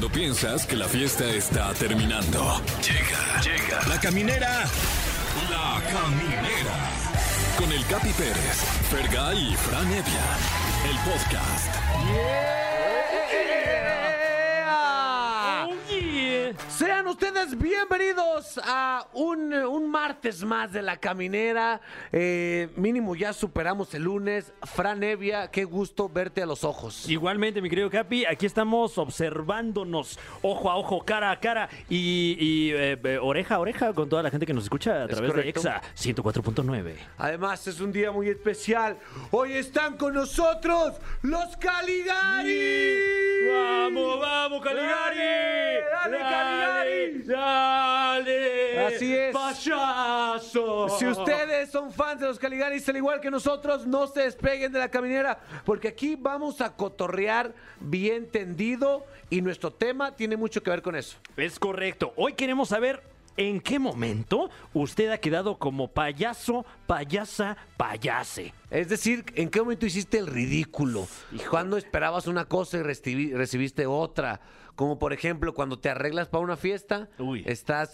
Cuando piensas que la fiesta está terminando. Llega. La Caminera. La Caminera. Con el Capi Pérez, Fergay y Fran Evia. El podcast. Sean ustedes bienvenidos a un martes más de La Caminera. Mínimo ya superamos el lunes. Fran Evia, qué gusto verte a los ojos. Igualmente, mi querido Capi, aquí estamos observándonos ojo a ojo, cara a cara y oreja a oreja con toda la gente que nos escucha a través de EXA 104.9. Además, es un día muy especial. Hoy están con nosotros los Caligari. ¡Vamos, Caligari! ¡Dale, Caligari! ¡Dale! Así es. ¡Payaso! Si ustedes son fans de los Caligaris, al igual que nosotros, no se despeguen de La Caminera, porque aquí vamos a cotorrear bien tendido y nuestro tema tiene mucho que ver con eso. Es correcto. Hoy queremos saber en qué momento usted ha quedado como payaso, payasa, payase. Es decir, ¿en qué momento hiciste el ridículo? ¿Cuándo esperabas una cosa y recibiste otra? Como por ejemplo, cuando te arreglas para una fiesta, estás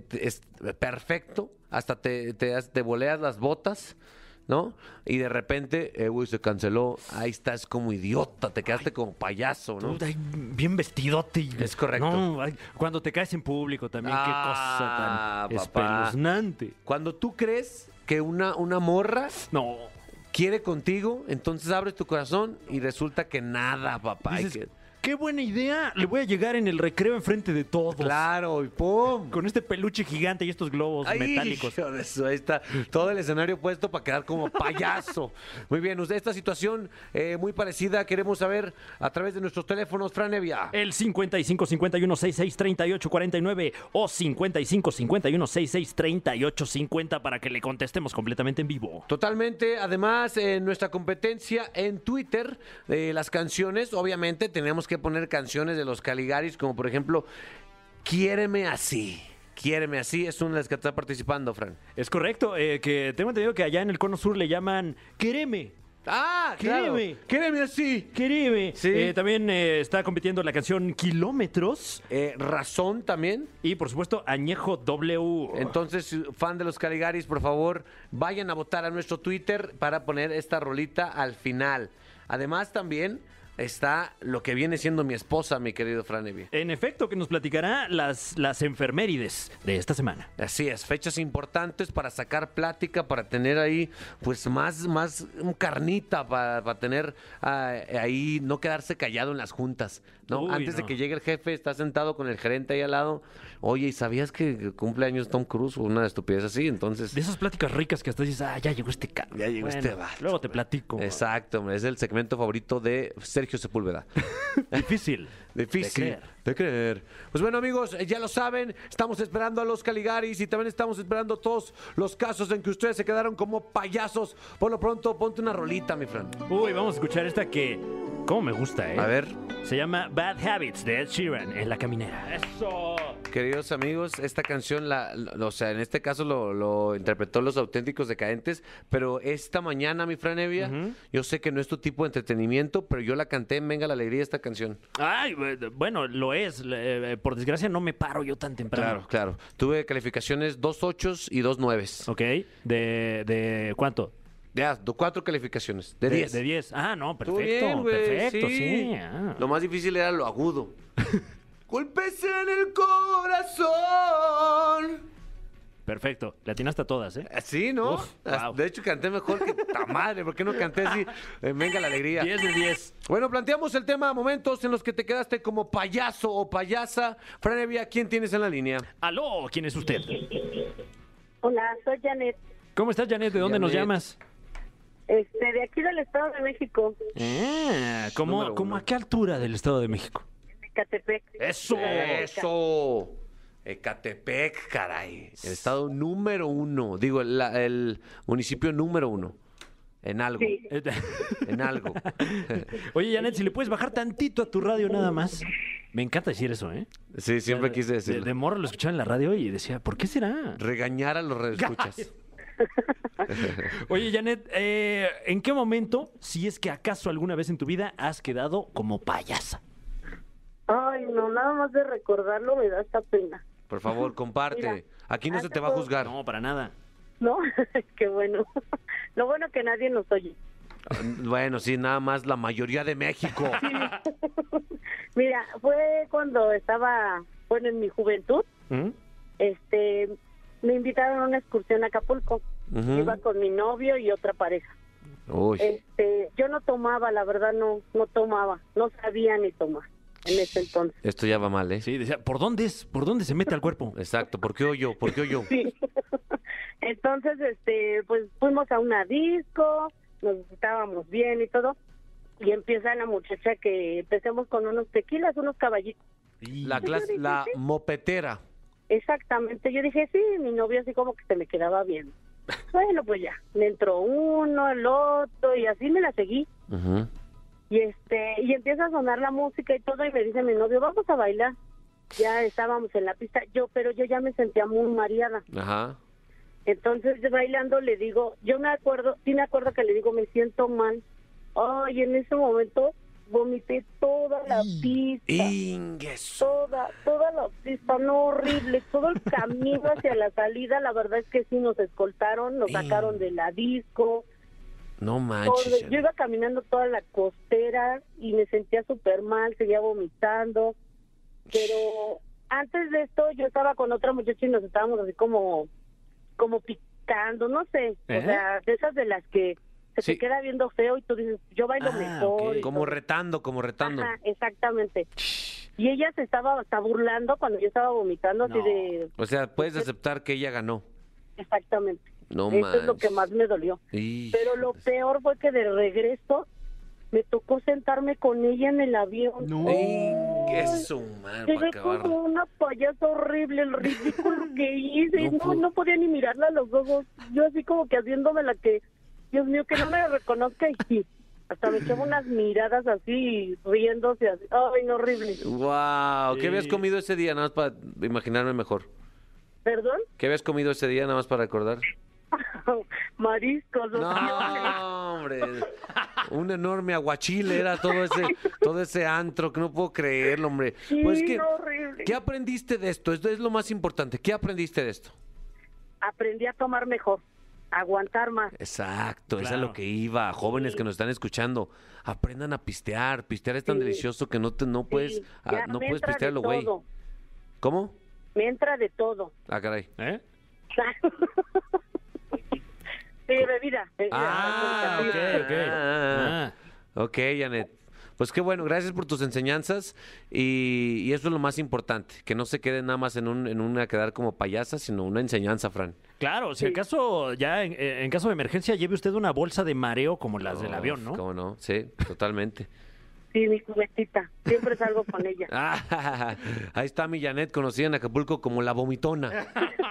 perfecto, hasta te boleas las botas, ¿no? Y de repente, se canceló, ahí estás como idiota, te quedaste como payaso, ¿no? Bien vestidote. Es correcto. No, cuando te caes en público también, qué cosa tan espeluznante. Cuando tú crees que una morra No. quiere contigo, entonces abres tu corazón y resulta que nada, papá. Dices, qué buena idea, le voy a llegar en el recreo enfrente de todos. Claro, y ¡pum! Con este peluche gigante y estos globos metálicos. Hijo de eso, ahí está todo el escenario puesto para quedar como payaso. Muy bien, esta situación muy parecida queremos saber a través de nuestros teléfonos, Fran Evia. El 55 51 66 38 49 o 55 51 66 38 50 para que le contestemos completamente en vivo. Totalmente, además en nuestra competencia en Twitter, las canciones, obviamente tenemos que poner canciones de los Caligaris, como por ejemplo, Quiéreme así. Quiéreme así, es una de las que está participando, Fran. Es correcto, que tengo entendido que allá en el Cono Sur le llaman Quéreme. ¡Ah, claro! ¡Quéreme así! Quéreme. Sí. También está compitiendo la canción Kilómetros. Razón también. Y por supuesto, Añejo W. Entonces, fan de los Caligaris, por favor, vayan a votar a nuestro Twitter para poner esta rolita al final. Además, también está lo que viene siendo mi esposa, mi querido Fran Evia. En efecto, que nos platicará las efemérides de esta semana. Así es, fechas importantes para sacar plática, para tener ahí pues más carnita, para tener ahí, no quedarse callado en las juntas, ¿no? Antes de que llegue el jefe, está sentado con el gerente ahí al lado. Oye, ¿y sabías que cumple años Tom Cruise o una estupidez así? Entonces, de esas pláticas ricas que hasta dices, ya llegó este carro. Ya llegó este vato. Luego te platico. Exacto, hombre, es el segmento favorito de Sergio Sepúlveda. Difícil de creer. Pues bueno, amigos, ya lo saben, estamos esperando a los Caligaris y también estamos esperando todos los casos en que ustedes se quedaron como payasos. Por lo pronto, ponte una rolita, mi Fran. Vamos a escuchar esta que, cómo me gusta, ¿eh? A ver. Se llama Bad Habits de Ed Sheeran en La Caminera. ¡Eso! Queridos amigos, esta canción, o sea, en este caso lo interpretó Los Auténticos Decadentes, pero esta mañana, mi Fran Evia, yo sé que no es tu tipo de entretenimiento, pero yo la canté en Venga la Alegría, esta canción. Ay, bueno, lo es. Por desgracia no me paro yo tan temprano. Claro. Tuve calificaciones 2 8s y 2 9s. Ok, ¿de cuánto? Ya, 4 calificaciones, de 10. De 10. Ah, no, perfecto. Bien, perfecto, sí. Lo más difícil era lo agudo. Golpes en el corazón. Perfecto, le atinaste a todas, ¿eh? Sí, ¿no? Uf, wow. De hecho, canté mejor que ta madre. ¿Por qué no canté así? Venga la alegría. 10 de 10. Bueno, planteamos el tema momentos en los que te quedaste como payaso o payasa. Fran Evia, ¿quién tienes en la línea? Aló, ¿quién es usted? Hola, soy Janet. ¿Cómo estás, Janet? ¿De dónde nos llamas? De aquí del Estado de México, ¿Cómo a qué altura del Estado de México? de Ecatepec. ¡Eso! Ecatepec, caray. El estado número 1. Digo, el municipio número 1. En algo. Sí. En algo. Oye, Janet, si le puedes bajar tantito a tu radio nada más. Me encanta decir eso, ¿eh? Sí, siempre quise decirlo. De morro lo escuchaba en la radio y decía, ¿por qué será? Regañar a los radioescuchas. Oye, Janet, ¿en qué momento, si es que acaso alguna vez en tu vida has quedado como payasa? Ay, no, nada más de recordarlo me da esta pena. Por favor, comparte. Mira, Aquí no se te va a juzgar. No, para nada. ¿No? Qué bueno. Lo bueno que nadie nos oye. Bueno, sí, nada más la mayoría de México. Mira, fue cuando estaba, bueno, en mi juventud, ¿Mm? me invitaron a una excursión a Acapulco. Ujú. Iba con mi novio y otra pareja. Uy, Yo no tomaba, la verdad no tomaba, no sabía ni tomar en ese entonces. esto ya va mal, ¿eh? Sí, decía, ¿por dónde es? ¿Por dónde se mete al cuerpo? Exacto, ¿por qué yo? ¿Por qué yo? Sí. Entonces, pues fuimos a una disco, nos estábamos bien y todo, y empieza la muchacha que empecemos con unos tequilas, unos caballitos. La mopetera. Exactamente, yo dije, sí, mi novio así como que se me quedaba bien. Bueno, pues ya, me entró uno, el otro, y así me la seguí. Ujú. Y empieza a sonar la música y todo, y me dice mi novio, vamos a bailar. Ya estábamos en la pista, pero yo ya me sentía muy mareada. Ajá. Entonces, bailando, le digo, sí me acuerdo que le digo, me siento mal. Ay, en ese momento vomité toda la pista. Ingueso. Toda la pista, no, horrible. Todo el camino hacia la salida, la verdad es que sí nos escoltaron, nos sacaron de la disco. No Todo. manches. Yo iba caminando toda la costera y me sentía súper mal, seguía vomitando. Pero antes de esto, yo estaba con otra muchacha y nos estábamos así como picando, no sé. ¿Eh? O sea, de esas de las que se Sí. te queda viendo feo y tú dices, yo bailo mejor. ok. y Como todo. retando. Ajá, exactamente. Y ella se estaba hasta burlando cuando yo estaba vomitando, así No. de... O sea, puedes aceptar que ella ganó. Exactamente. No Eso es lo que manches. más me dolió. Hijo Pero lo de- peor fue que de regreso me tocó sentarme con ella en el avión. No. Ingueso, man, para Llegué acabar. como una payasa horrible, el ridículo que hice. No puedo. No podía ni mirarla a los ojos. Yo así como que haciéndome la que, Dios mío, que no me reconozca y sí. Hasta me echaba unas miradas así, riéndose así. Ay, no, horrible. Wow, ¿qué Sí. habías comido ese día? Nada más para imaginarme mejor. ¿Perdón? ¿Qué habías comido ese día? Nada más para recordar. Mariscos. No, hombre. Un enorme aguachile era todo ese antro que no puedo creerlo, hombre. Sí, Pues que, no, horrible. ¿qué aprendiste de esto? Esto es lo más importante. ¿Qué aprendiste de esto? Aprendí a tomar mejor, a aguantar más. Exacto, eso es a Claro. lo que iba. Jóvenes que nos están escuchando, aprendan a pistear. Pistear es tan Sí. delicioso que no puedes, Sí, ya no me puedes entra pistear de lo güey. todo. ¿Cómo? Me entra de todo. Ah, caray. ¿Eh? Sí, bebida. Ah, ok, ok. Ah. Ok, Janet. Pues qué bueno, gracias por tus enseñanzas y eso es lo más importante, que no se quede nada más en una quedar como payasa, sino una enseñanza, Fran. Claro, si acaso ya en caso de emergencia lleve usted una bolsa de mareo como las del avión, ¿no? ¿Cómo no? Sí, totalmente. Sí, mi cubetita. Siempre salgo con ella. Ah, ahí está mi Janet, conocida en Acapulco como la vomitona.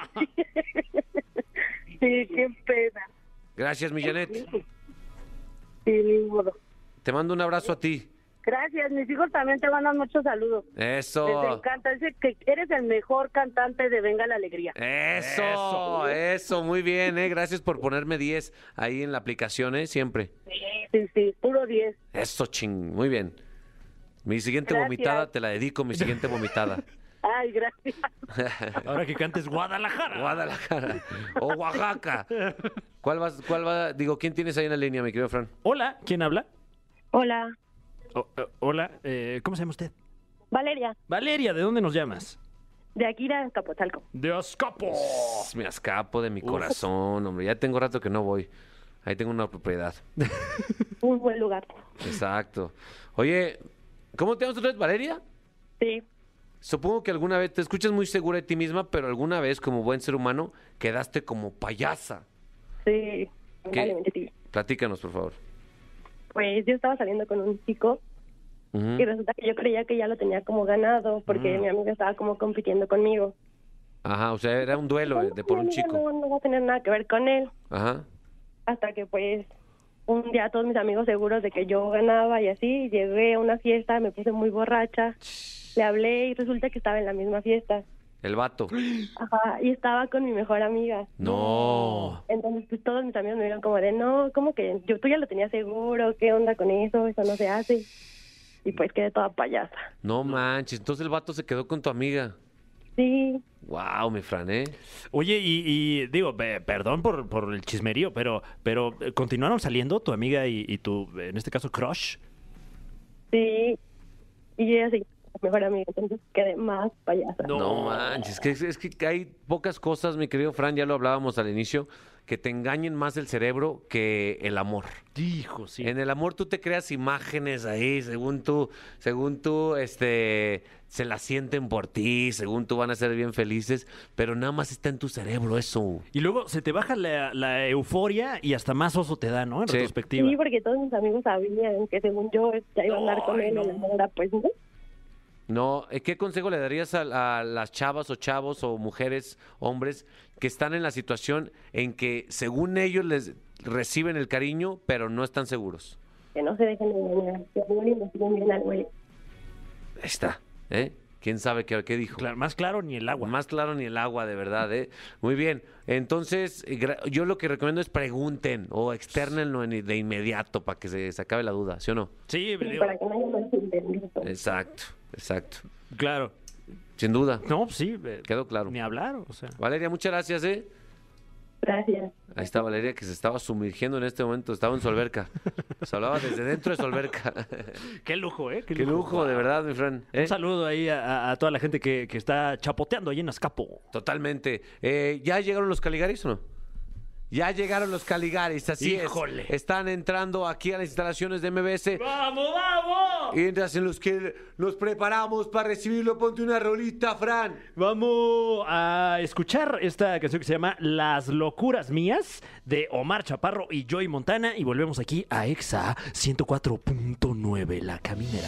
Sí, qué pena. Gracias, mi Janet. Sí, ni modo. Te mando un abrazo a ti. Gracias, mis hijos también te mandan muchos saludos. Les Eso. encanta, dice que eres el mejor cantante de Venga la Alegría. Eso, muy bien, gracias por ponerme 10 ahí en la aplicación, siempre. Sí, puro 10. Eso, ching, muy bien. Mi siguiente Gracias. vomitada te la dedico, mi siguiente vomitada. Ay, gracias. Ahora que cantes Guadalajara. Guadalajara o Oaxaca. ¿Cuál va? Digo, ¿quién tienes ahí en la línea, mi querido Fran? Hola, ¿quién habla? Hola, Hola, ¿cómo se llama usted? Valeria, Valeria, ¿de dónde nos llamas? de aquí de Azcapotzalco. De Azcapo. Me escapo de mi corazón, hombre. Ya tengo rato que no voy. Ahí tengo una propiedad. Un buen lugar. Exacto. Oye, ¿cómo te llamas otra vez, Valeria? Sí, Supongo que alguna vez te escuchas muy segura de ti misma, pero alguna vez, como buen ser humano, quedaste como payasa. sí, probablemente sí. Platícanos, por favor. Pues yo estaba saliendo con un chico Ujú. y resulta que yo creía que ya lo tenía como ganado porque mi amiga estaba como compitiendo conmigo. Ajá, o sea, era un duelo de por Mi un amiga chico. No va a tener nada que ver con él. Ajá. Hasta que pues un día todos mis amigos seguros de que yo ganaba y así, llegué a una fiesta, me puse muy borracha, le hablé y resulta que estaba en la misma fiesta. El vato. Ajá, y estaba con mi mejor amiga. No. Entonces, pues todos mis amigos me vieron como de, no, ¿cómo que tú ya lo tenías seguro? ¿Qué onda con eso? Eso no se hace. y pues quedé toda payasa. No manches, entonces el vato se quedó con tu amiga. Sí, Wow, mi Fran, ¿eh? Oye, y digo, perdón por el chismerío, pero ¿continuaron saliendo tu amiga y tu, en este caso, crush? sí, y ella sí, mejor amiga, entonces quedé más payasa. No manches, es que hay pocas cosas, mi querido Fran, ya lo hablábamos al inicio, que te engañen más el cerebro que el amor. Hijo, sí. En el amor tú te creas imágenes ahí, según tú, se las sienten por ti, según tú van a ser bien felices, pero nada más está en tu cerebro eso. Y luego se te baja la euforia y hasta más oso te da, ¿no? En Sí. retrospectiva. Sí, porque todos mis amigos sabían que según yo ya iba a andar con él, y ahora pues no. No, ¿qué consejo le darías a las chavas o chavos o mujeres, hombres, que están en la situación en que según ellos les reciben el cariño, pero no están seguros? Que no se dejen engañar, que no le investiguen bien al güey. Ahí está, ¿eh? ¿Quién sabe qué dijo? Más claro ni el agua. Más claro ni el agua, de verdad, ¿eh? Muy bien. Entonces, yo lo que recomiendo es pregunten o externenlo de inmediato para que se acabe la duda, ¿sí o no? Sí, Sí, digo, para que no haya malentendido. Exacto. claro. Sin duda. No, sí. Quedó claro. Ni hablar, o sea. Valeria, muchas gracias, ¿eh? Gracias. Ahí está Valeria, que se estaba sumergiendo en este momento, estaba en su alberca. Se hablaba desde dentro de su alberca. Qué lujo, ¿eh? Qué lujo, de verdad, mi Fran. ¿eh? Un saludo ahí a toda la gente que está chapoteando ahí en Azcapo. Totalmente. ¿Ya llegaron los Caligaris o no? Ya llegaron los Caligaris, así Híjole. es. Están entrando aquí a las instalaciones de MBS. ¡Vamos, vamos! Y mientras en los que nos preparamos para recibirlo, ponte una rolita, Fran. Vamos a escuchar esta canción que se llama Las locuras mías de Omar Chaparro y Joey Montana y volvemos aquí a Exa 104.9 La Caminera.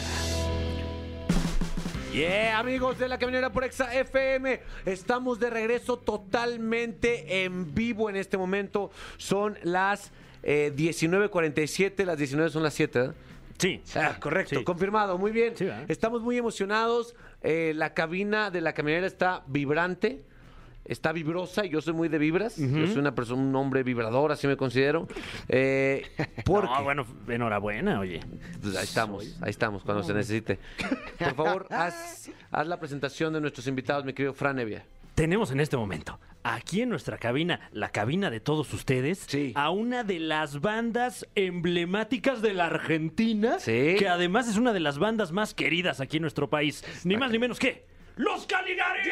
Yeah, amigos de La Caminera por Exa FM. Estamos de regreso totalmente en vivo en este momento. Son las 19:47, las 19 son las 7, ¿verdad? Sí. Correcto, Sí. confirmado, muy bien. Sí, ¿verdad? Estamos muy emocionados. La cabina de La Caminera está vibrante. Está vibrosa y yo soy muy de vibras. Yo soy una persona, un hombre vibrador, así me considero. Porque No, bueno, enhorabuena, oye. pues ahí estamos cuando se necesite. Por favor, haz la presentación de nuestros invitados, mi querido Fran Evia. Tenemos en este momento, aquí en nuestra cabina, la cabina de todos ustedes, Sí. a una de las bandas emblemáticas de la Argentina, Sí. que además es una de las bandas más queridas aquí en nuestro país. Ni más ni menos que ¡Los Caligaris!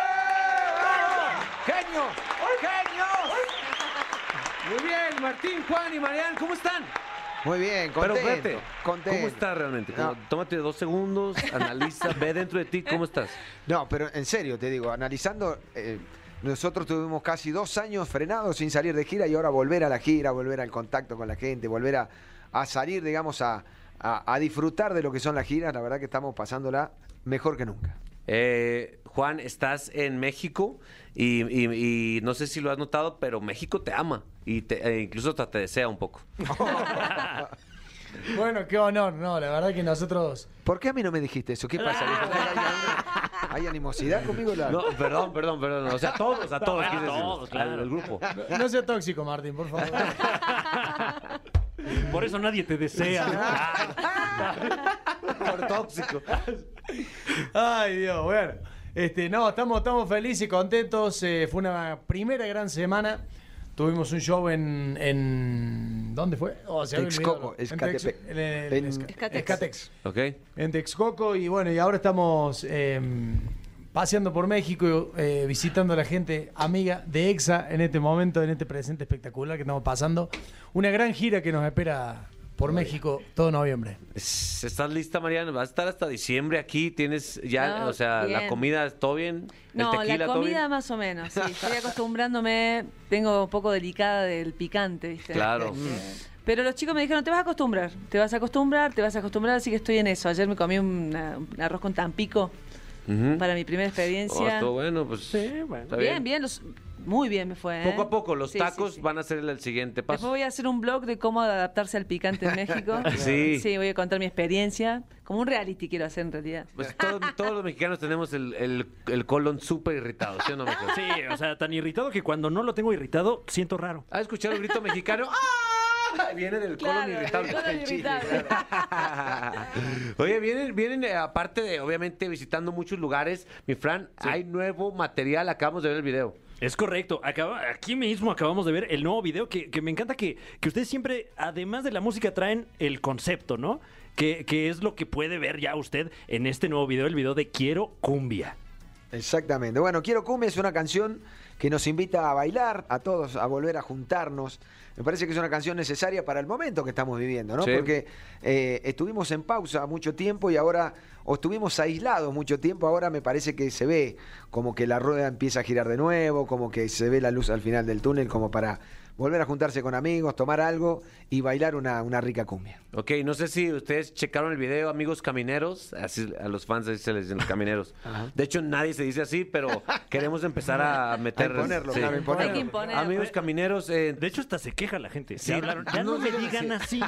¡Genio! ¡Genio! Muy bien, Martín, Juan y Marian, ¿cómo están? Muy bien, Pero contento. espérate, contento. ¿cómo estás realmente? No. Tómate 2 segundos, analiza, ve dentro de ti, ¿cómo estás? No, pero en serio te digo, analizando, nosotros tuvimos casi 2 años frenados sin salir de gira y ahora volver a la gira, volver al contacto con la gente, volver a salir, digamos, a disfrutar de lo que son las giras, la verdad que estamos pasándola mejor que nunca. Juan, estás en México y no sé si lo has notado, pero México te ama y incluso hasta te desea un poco. Bueno, qué honor, no, la verdad que nosotros... ¿Por qué a mí no me dijiste eso? ¿Qué pasa? ¿Hay animosidad conmigo? No, perdón. O sea, a todos, quise decir, todos, claro. al grupo. No sea tóxico, Martín, por favor. Por eso nadie te desea. Por tóxico. Ay, Dios, bueno. No, estamos felices y contentos. Fue una primera gran semana. Tuvimos un show en ¿dónde fue? Se había Texcoco, olvidado. Escatepec. En Escatex. Escatex. ¿Ok? En Texcoco y bueno, y ahora estamos paseando por México, visitando a la gente amiga de EXA en este momento, en este presente espectacular que estamos pasando. Una gran gira que nos espera por México todo noviembre. ¿Estás lista, Mariana? ¿Vas a estar hasta diciembre aquí? ¿Tienes ya, No, o sea, bien. la comida, todo bien? ¿El No, tequila, la todo bien? comida más o menos, sí. Estoy acostumbrándome, tengo un poco delicada del picante, ¿viste? Claro. Pero los chicos me dijeron, te vas a acostumbrar, así que estoy en eso. Ayer me comí un arroz con tampico Ujú. para mi primera Oh, experiencia. estuvo bueno, pues. Sí, bueno. Está bien, muy bien me fue. ¿eh? Poco a poco, los Sí, tacos sí, sí. van a ser el siguiente Después paso. voy a hacer un blog de cómo adaptarse al picante en México. Sí. Sí, voy a contar mi experiencia. Como un reality quiero hacer en realidad. Pues todos los mexicanos tenemos el colon súper irritado, ¿sí o no, mi Jorge? Sí, o sea, tan irritado que cuando no lo tengo irritado, siento raro. ¿Has escuchado el grito mexicano? ¡Ah! Viene del Claro, colon irritable. el colon El chile, irritable. claro. Oye, vienen aparte de, obviamente, visitando muchos lugares, mi Fran, hay nuevo material, acabamos de ver el video. Es correcto. Aquí mismo acabamos de ver el nuevo video que me encanta que ustedes siempre, además de la música, traen el concepto, ¿no? Que es lo que puede ver ya usted en este nuevo video, el video de Quiero Cumbia. Exactamente. Bueno, Quiero Cumbia es una canción que nos invita a bailar, a todos, a volver a juntarnos. Me parece que es una canción necesaria para el momento que estamos viviendo, ¿no? Sí. Porque estuvimos en pausa mucho tiempo y ahora, o estuvimos aislados mucho tiempo, ahora me parece que se ve como que la rueda empieza a girar de nuevo, como que se ve la luz al final del túnel, como para volver a juntarse con amigos, tomar algo y bailar una rica cumbia. Ok, no sé si ustedes checaron el video, amigos camineros, así a los fans se les dicen los camineros. De hecho, nadie se dice así, pero queremos empar a meter... A imponerlo, sí. claro, imponerlo. Hay que imponer. Amigos camineros, De hecho, hasta se queja la gente. Sí, Hablaron, ya no me digan así.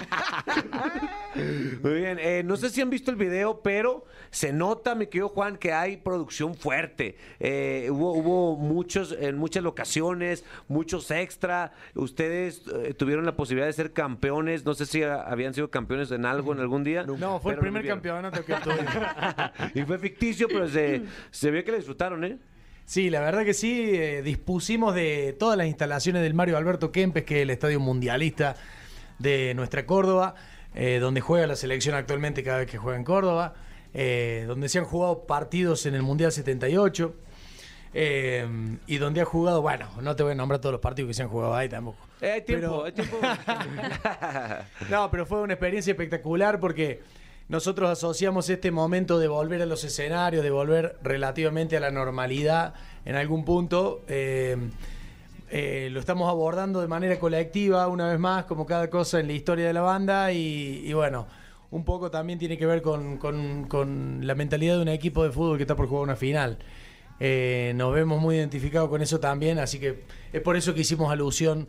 muy bien. No sé si han visto el video, pero se nota, mi querido Juan, que hay producción fuerte. Hubo muchos, en muchas locaciones, muchos extra. Ustedes tuvieron la posibilidad de ser campeones. No sé si habían sido campeones en algo en algún día. No, fue el pero primer vivieron. campeonato que tuve. Y fue ficticio, pero se ve que lo disfrutaron, ¿eh? Sí, la verdad que sí, dispusimos de todas las instalaciones del Mario Alberto Kempes, que es el estadio mundialista de nuestra Córdoba, donde juega la selección actualmente cada vez que juega en Córdoba, donde se han jugado partidos en el Mundial 78, y donde ha jugado, bueno, no te voy a nombrar todos los partidos que se han jugado ahí tampoco. Hay tiempo, Pero- hay tiempo. No, pero fue una experiencia espectacular porque nosotros asociamos este momento de volver a los escenarios, de volver relativamente a la normalidad en algún punto. Lo estamos abordando de manera colectiva, una vez más, como cada cosa en la historia de la banda. Y bueno, un poco también tiene que ver con la mentalidad de un equipo de fútbol que está por jugar una final. Nos vemos muy identificados con eso también, así que es por eso que hicimos alusión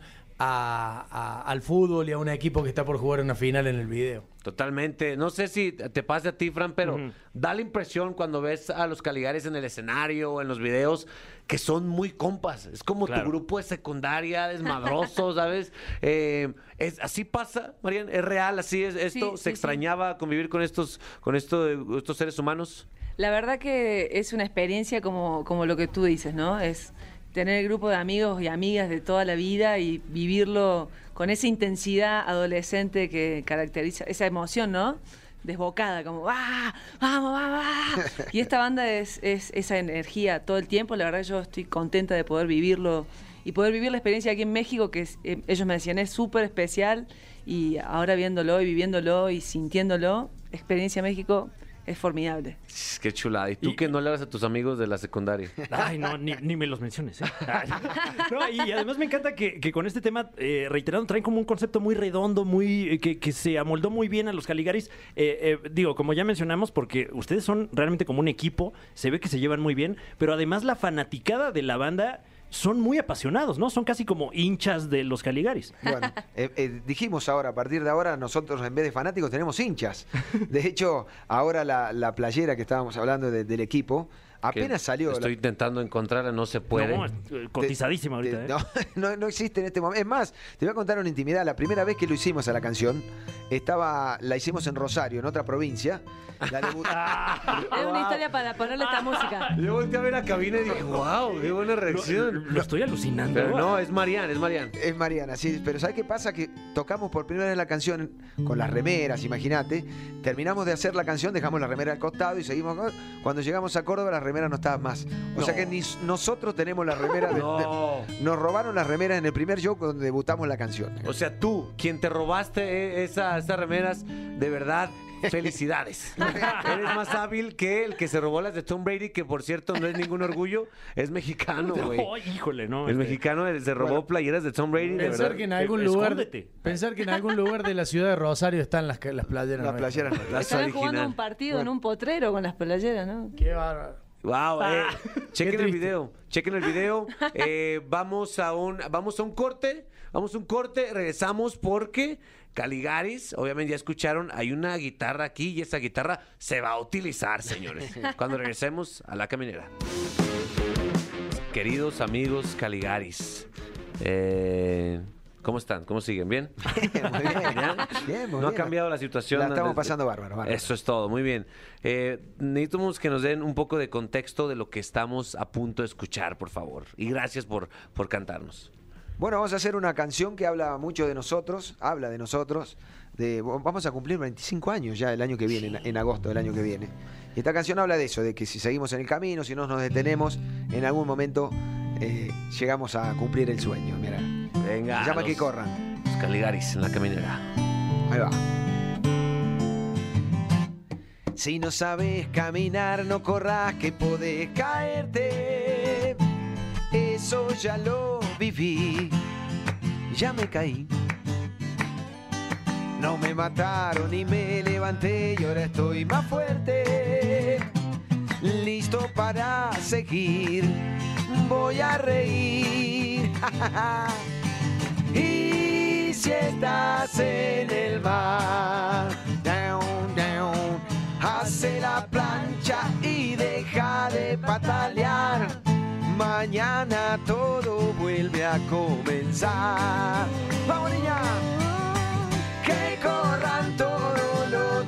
al fútbol y a un equipo que está por jugar una final en el video. Totalmente. No sé si te pasa a ti, Fran, pero da la impresión cuando ves a los Caligaris en el escenario o en los videos que son muy compas. Es como Claro. tu grupo de secundaria, desmadroso, ¿sabes? ¿Así pasa, Marian? ¿Es real? ¿Así es esto? Sí, ¿Se sí, extrañaba convivir con estos seres humanos? La verdad que es una experiencia como lo que tú dices, ¿no? Es tener el grupo de amigos y amigas de toda la vida y vivirlo con esa intensidad adolescente que caracteriza, esa emoción, ¿no? Desbocada, como ¡ah! ¡Vamos, vamos! Y esta banda es esa energía todo el tiempo. La verdad que yo estoy contenta de poder vivirlo y poder vivir la experiencia aquí en México, que ellos me decían es súper especial, y ahora viéndolo y viviéndolo y sintiéndolo, experiencia México es formidable. Qué chulada. ¿Y tú que no le hablas a tus amigos de la secundaria? Ay, no, ni me los menciones, ¿eh? Ay. No, y además me encanta que con este tema, reiterado, traen como un concepto muy redondo, muy que se amoldó muy bien a los Caligaris. Digo, como ya mencionamos, porque ustedes son realmente como un equipo, se ve que se llevan muy bien, pero además la fanaticada de la banda son muy apasionados, ¿no? Son casi como hinchas de los Caligaris. Bueno, dijimos ahora, a partir de ahora, nosotros en vez de fanáticos tenemos hinchas. De hecho, ahora la playera que estábamos hablando del equipo, apenas salió. Estoy intentando encontrarla, no se puede. No, cotizadísima ahorita, ¿eh? No existe en este momento. Es más, te voy a contar una intimidad. La primera vez que lo hicimos a la canción, la hicimos en Rosario, en otra provincia. Es una historia para ponerle esta música. Yo volteé a ver la cabina y dije, wow, qué buena reacción. Lo estoy alucinando. Pero no, es Marian. Es Mariana, sí. Pero ¿sabes qué pasa? Que tocamos por primera vez la canción con las remeras, imagínate. Terminamos de hacer la canción, dejamos la remera al costado y seguimos. Cuando llegamos a Córdoba, las remeras no estaban más. O sea que ni nosotros tenemos las remeras. Nos robaron las remeras en el primer show donde debutamos la canción. O sea, tú, quien te robaste esas remeras, de verdad, felicidades. Eres más hábil que el que se robó las de Tom Brady, que por cierto no es ningún orgullo, es mexicano, güey. Oh, híjole, no. El mexicano se robó playeras de Tom Brady, de Pensar verdad. que en algún lugar, Escóndete. pensar que en algún lugar de la ciudad de Rosario están las playeras. Las nuestras. playeras. Estaban jugando original. un partido en un potrero con las playeras, ¿no? Qué bárbaro. Wow, chequen Qué el triste. video, chequen el video. Vamos a un corte, regresamos porque Caligaris, obviamente ya escucharon, hay una guitarra aquí y esa guitarra se va a utilizar, señores. Cuando regresemos a La Caminera. Queridos amigos Caligaris, ¿Cómo están? ¿Cómo siguen? ¿Bien? Muy bien. Bien, muy ¿No ha bien. cambiado la situación? La estamos pasando bárbaro. Eso es todo, muy bien. Necesitamos que nos den un poco de contexto de lo que estamos a punto de escuchar, por favor. Y gracias por cantarnos. Bueno, vamos a hacer una canción que habla mucho de nosotros, vamos a cumplir 25 años ya el año que viene, en agosto del año que viene. Y esta canción habla de eso, de que si seguimos en el camino, si no nos detenemos, en algún momento llegamos a cumplir el sueño. Mira, Venga. se llama Que Corran. Los Caligaris en la caminera. Ahí va. Si no sabes caminar, no corras que podés caerte. Eso ya lo viví, ya me caí. No me mataron y me levanté y ahora estoy más fuerte. Listo para seguir, voy a reír. Y si estás en el mar, down, down, hace la plancha y deja de patalear. Mañana todo vuelve a comenzar. ¡Vamos, niña! Que corran todo lo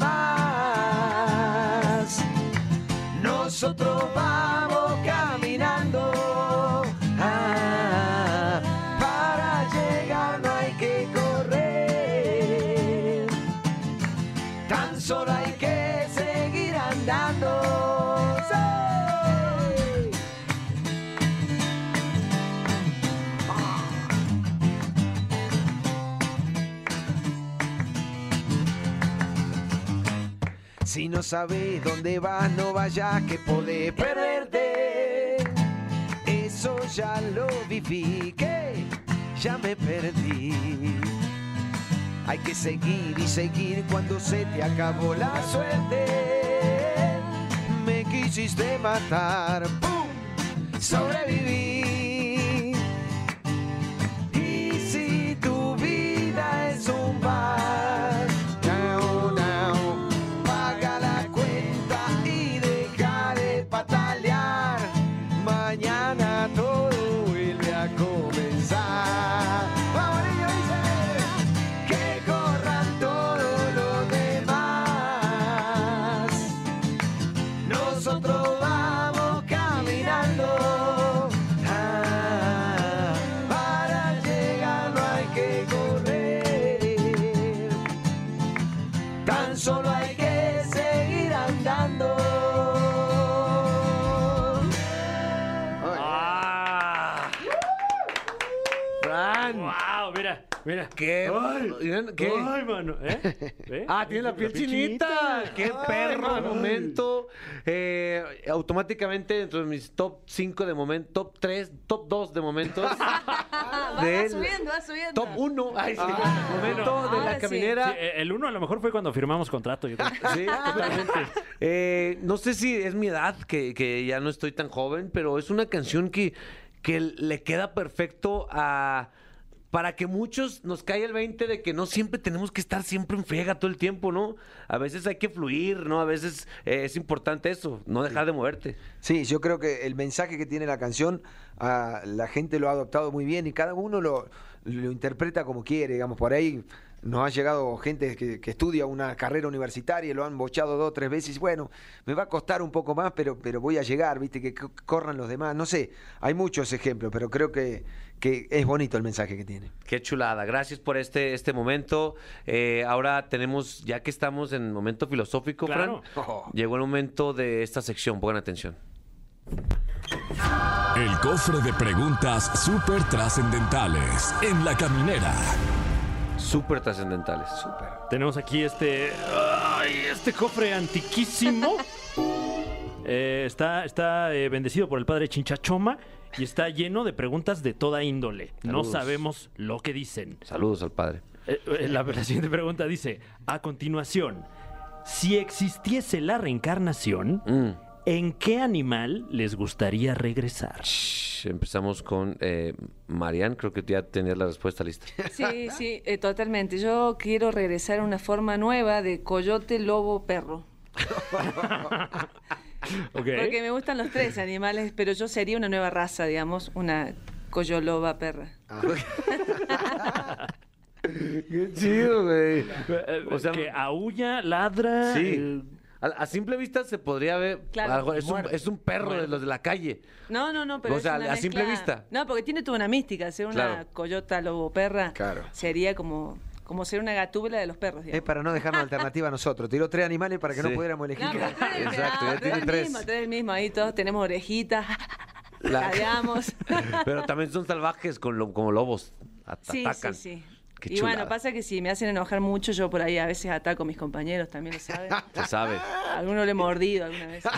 demás. Nosotros vamos caminando. Para llegar no hay que correr. Tan solo hay que seguir andando. ¡Sí! Si no sabes dónde vas, no vayas que podés perderte. Eso ya lo viví, que ya me perdí. Hay que seguir y seguir cuando se te acabó la suerte. Me quisiste matar, ¡pum! Sobreviví. Y si tu vida es un bar, down, down, paga la cuenta y deja de patalear. Mañana todo vuelve a comenzar. ¡Vamos, niño! Dice que corran todo lo demás. Nosotros vamos caminando. Para llegar no hay que correr. Tan solo hay que seguir andando. Fran. ¡Wow! Mira. ¿Qué? ¿Qué? ¡Ay, mano! ¿Eh? Ah, tiene la piel chinita. ¡Qué perro de momento! Automáticamente dentro de mis top 5 de momento, top 3, top 2 de momentos. Va subiendo. Top 1. Momento de la sí. caminera. Sí, el 1 a lo mejor fue cuando firmamos contrato, yo creo. Sí, totalmente. No sé si es mi edad, que ya no estoy tan joven, pero es una canción que le queda perfecto para que muchos nos caiga el 20 de que no siempre tenemos que estar siempre en friega todo el tiempo, ¿no? A veces hay que fluir, ¿no? A veces es importante eso, no dejar de moverte. Sí, yo creo que el mensaje que tiene la canción, la gente lo ha adoptado muy bien y cada uno lo interpreta como quiere, digamos, por ahí nos ha llegado gente que estudia una carrera universitaria y lo han bochado 2 o 3 veces. Bueno, me va a costar un poco más, pero voy a llegar, ¿viste? Que corran los demás. No sé, hay muchos ejemplos, pero creo que es bonito el mensaje que tiene. Qué chulada. Gracias por este momento. Ahora tenemos, ya que estamos en momento filosófico, Claro. Fran, llegó el momento de esta sección. Pongan atención. El cofre de preguntas súper trascendentales en la caminera. Súper trascendentales. Tenemos aquí este cofre antiquísimo. Está bendecido por el padre Chinchachoma y está lleno de preguntas de toda índole. Saludos. No sabemos lo que dicen. Saludos al padre. La siguiente pregunta dice, a continuación, si existiese la reencarnación, ¿en qué animal les gustaría regresar? Empezamos con Marian, creo que ya tenías la respuesta lista. Sí, totalmente. Yo quiero regresar a una forma nueva de coyote, lobo, perro. Okay. Porque me gustan los 3 animales, pero yo sería una nueva raza, digamos, una coyoloba perra. Qué chido, güey. O sea, que aúlla, ladra. Sí. A simple vista se podría ver. Claro. Es un perro de los de la calle. No, pero O es sea, una a simple mezcla- vista. No, porque tiene toda una mística. Ser una Claro. coyota, lobo, perra, Claro. sería como ser una gatúbela de los perros, Es digamos. para no dejarnos alternativa a nosotros. Tiró 3 animales para que no Sí. pudiéramos elegir. No, pero tres, Exacto, ya tiene el 3. mismo, tres el mismo. Ahí todos tenemos orejitas, jadeamos. Pero también son salvajes como lobos. Sí, Atacan. sí. Qué Y chulada. bueno, pasa que si me hacen enojar mucho, yo por ahí a veces ataco a mis compañeros, también lo saben. Se sabe. A alguno le he mordido alguna vez.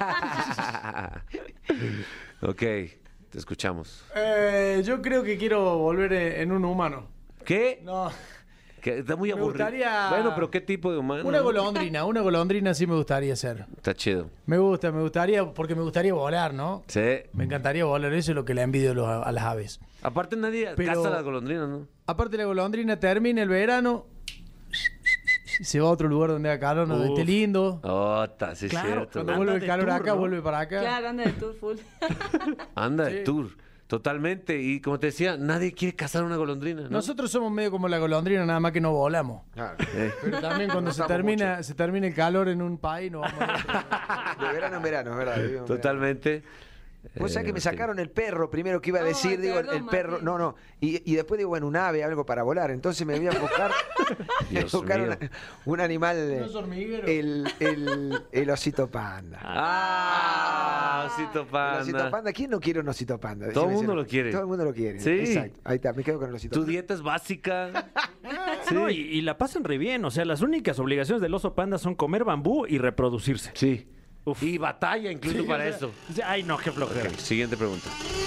Ok, te escuchamos. Yo creo que quiero volver en un humano. ¿Qué? No, Que está muy Me aburrido. gustaría- Bueno, pero ¿qué tipo de humano? una golondrina sí me gustaría ser. Está chido. Me gustaría, porque me gustaría volar, ¿no? Sí. Me encantaría volar, eso es lo que le envidio a las aves. Aparte nadie Pero- caza las golondrinas, ¿no? Aparte la golondrina termina el verano, se va a otro lugar donde haga calor, donde esté lindo. Sí, Claro, cierto. Cuando anda vuelve el de calor tour, acá, ¿no? vuelve para acá. Claro, anda de tour full. Anda de Sí. tour. Totalmente. Y como te decía, nadie quiere cazar una golondrina, ¿no? Nosotros somos medio como la golondrina, nada más que no volamos. Claro. Pero también cuando No se estamos termina el calor en un país, no vamos a De verano en verano, es verdad. vivimos en verano. Totalmente. Vos sabés que me Sí. sacaron el perro primero que iba a Ay, decir, digo, el perdón, perro, Martín. no, y después digo, bueno, un ave, algo para volar, entonces me voy a buscar, Dios buscar mío. un animal, No es hormiguero. el osito panda. Osito El panda. osito panda, ¿quién no quiere un osito panda? Todo el Decime mundo si no. lo quiere. Todo el mundo lo quiere. Sí. Exacto. Ahí está, me quedo con el osito Tu panda. dieta es básica. No, y la pasan re bien. O sea, las únicas obligaciones del oso panda son comer bambú y reproducirse. Sí. Uf. Y batalla incluso Sí, para o sea, eso. Ay, no, qué flojera. Ok, siguiente pregunta.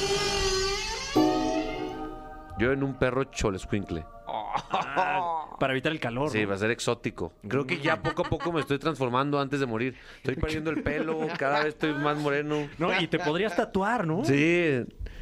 Yo en un perro cholescuincle. Para evitar el calor. Sí, ¿no? va a ser exótico. Creo que ya poco a poco me estoy transformando antes de morir. Estoy perdiendo el pelo, cada vez estoy más moreno. No, y te podrías tatuar, ¿no? Sí.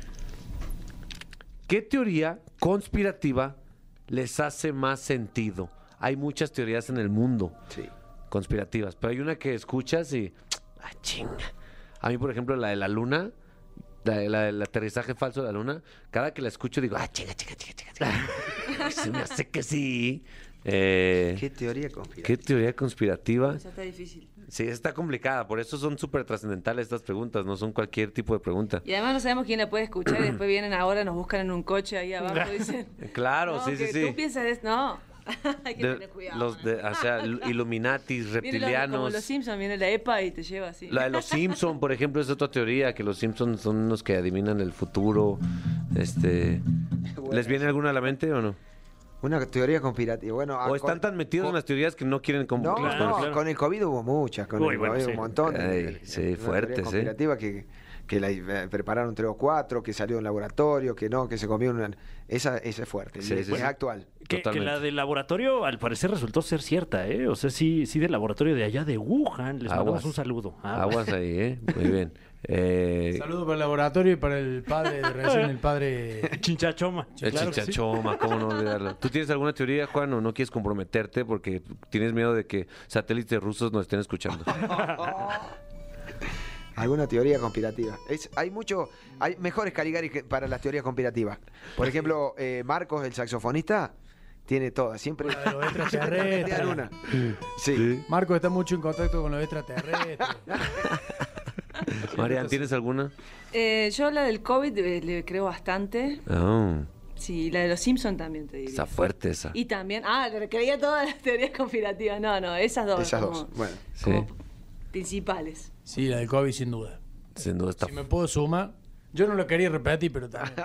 ¿Qué teoría conspirativa les hace más sentido? Hay muchas teorías en el mundo Sí. conspirativas, pero hay una que escuchas y... ¡Ah, chinga! A mí, por ejemplo, la de la luna, el aterrizaje falso de la luna, cada que la escucho digo, ¡ah, chinga! Se me hace que sí. ¿Qué teoría conspirativa? ¿Qué teoría conspirativa? Ya está difícil. Sí, está complicada, por eso son súper trascendentales estas preguntas, no son cualquier tipo de pregunta. Y además no sabemos quién la puede escuchar y después vienen ahora, nos buscan en un coche ahí abajo y dicen... Claro, no, sí, que sí, sí. Tú piensas de... No, hay que De- tener cuidado. o sea, Illuminatis, Viene como reptilianos. los Simpsons, viene la EPA y te lleva así. La de los Simpson, por ejemplo, es otra teoría, que los Simpson son los que adivinan el futuro. ¿Les viene alguna a la mente o no? Una teoría conspirativa. Bueno, ¿O están tan metidos en las teorías que no quieren como... No, Claro, no, claro. con el COVID hubo muchas, con Uy, el bueno, COVID sí. un montón. Ay, sí, Una fuertes, teoría conspirativa que la prepararon 3 o 4, que salió en laboratorio, que no, que se comió una... Esa es fuerte, Sí, es sí, sí. actual. Que Totalmente. la del laboratorio, al parecer, resultó ser cierta, ¿eh? O sea, sí del laboratorio de allá de Wuhan. Les mandamos Aguas. un saludo. Aguas ahí, ¿eh? Muy bien. Saludos para el laboratorio y para el padre de recién, el padre. Chinchachoma. El Claro que sí. chichachoma, ¿cómo no olvidarlo? ¿Tú tienes alguna teoría, Juan, o no quieres comprometerte porque tienes miedo de que satélites rusos nos estén escuchando? Alguna teoría conspirativa. Hay mejores Caligaris para las teorías conspirativas. Por ejemplo, Marcos, el saxofonista, tiene todas. Siempre La de los extraterrestres. tiene una. Sí. Marco está mucho en contacto con los extraterrestres. Marian, ¿tienes alguna? Yo la del COVID le creo bastante. Oh, Sí, la de los Simpsons también te diría. está fuerte esa. Y también, le creía todas las teorías conspirativas. No, esas dos. Esas como- dos. Bueno. Sí, como principales. Sí, la del COVID sin duda. sin duda está Si me puedo sumar, yo no lo quería repetir, pero también.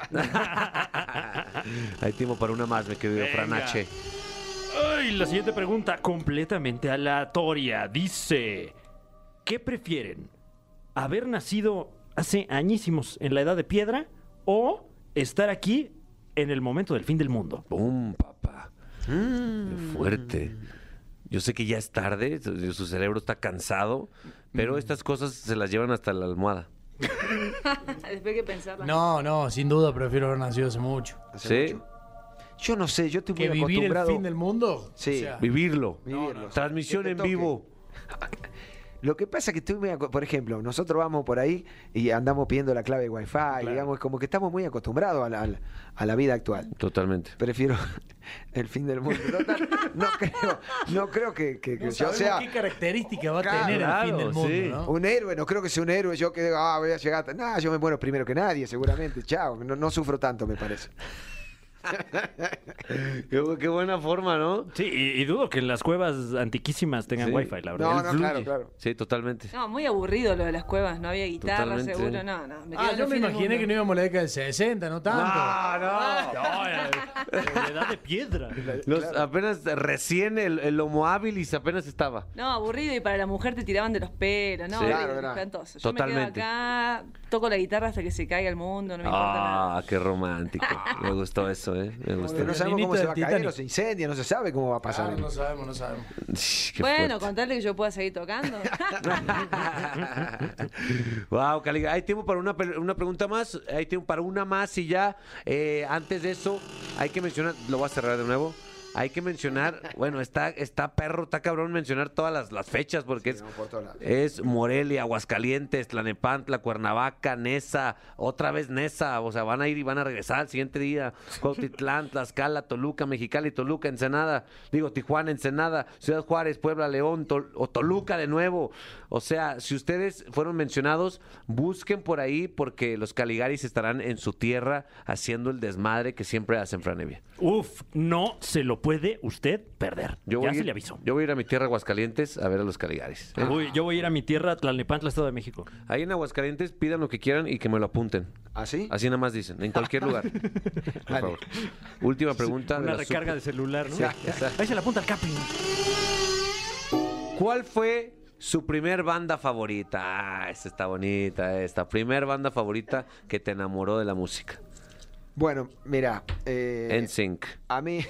Hay tiempo para una más, mi querido Venga. Franache. Ay, la siguiente pregunta, completamente aleatoria. Dice: ¿qué prefieren? ¿Haber nacido hace añísimos en la edad de piedra o estar aquí en el momento del fin del mundo? ¡Pum, papá! Qué fuerte. Yo sé que ya es tarde, su cerebro está cansado, pero estas cosas se las llevan hasta la almohada. Después hay que pensarla. No, sin duda prefiero haber nacido hace mucho. Hace ¿Sí? mucho. Yo no sé, yo estoy Que muy vivir el acostumbrado. fin del mundo. Sí. o sea, Vivirlo. Vivirlo. Transmisión Que te en toque. vivo. Lo que pasa es que estoy por ejemplo, nosotros vamos por ahí y andamos pidiendo la clave de Wi-Fi, digamos, como que estamos muy acostumbrados a la vida actual. Totalmente. Prefiero el fin del mundo. Total, no creo que No yo sabemos sea qué característica va a tener el claro, fin del mundo, sí. ¿no? un héroe, no creo que sea un héroe, yo que voy a llegar, yo me muero primero que nadie, seguramente, chao, no sufro tanto, me parece. Qué buena forma, ¿no? Sí, y dudo que las cuevas antiquísimas tengan Sí. wifi, la verdad. No, claro. Sí, totalmente. No, muy aburrido lo de las cuevas, no había guitarra Totalmente. seguro, no. Me quedo en Yo el me fin del imaginé mundo. que no íbamos a la década del 60, no tanto. La edad de piedra. Apenas recién el Homo habilis apenas estaba. No, aburrido y para la mujer te tiraban de los pelos, no, Sí. horrible, Claro, era. espantoso. Yo Totalmente. me quedo acá, toco la guitarra hasta que se caiga el mundo, no me importa nada. Qué romántico. Me gustó eso, Me gustó. Pero no sabemos cómo Niñito se va a del caer, Titanic. o se incendia, no se sabe cómo va a pasar. No sabemos. Qué Bueno, fuerte. contarle que yo pueda seguir tocando. Wow, Caliga. Hay tiempo para una pregunta más. Hay tiempo para una más y ya. Antes de eso, hay que mencionar. Lo voy a cerrar de nuevo. Hay que mencionar, bueno, está perro, está cabrón mencionar todas las fechas porque Sí, no, por todos lados. es Morelia, Aguascalientes, Tlanepantla, Cuernavaca, Nesa, otra vez Nesa, o sea, van a ir y van a regresar al siguiente día. Cuautitlán, Tlaxcala, Toluca, Mexicali, Toluca, Ensenada, Tijuana, Ensenada, Ciudad Juárez, Puebla, León, o Toluca de nuevo. O sea, si ustedes fueron mencionados, busquen por ahí porque los Caligaris estarán en su tierra haciendo el desmadre que siempre hacen, Franevia. Uf, no se lo puede usted perder. Ya se le avisó. Yo voy a ir a mi tierra, Aguascalientes, a ver a los Caligaris. Yo voy a ir a mi tierra, Tlalnepantla, Estado de México. Ahí en Aguascalientes pidan lo que quieran y que me lo apunten. ¿Ah, sí? Así nada más dicen, en cualquier lugar. Por favor. Última pregunta. Una la recarga de celular, ¿no? Sí, exacto. Ahí se la apunta al Capi. ¿Cuál fue su primer banda favorita? Esta está bonita, esta. Primer banda favorita que te enamoró de la música. Bueno, mira. NSYNC. A mí.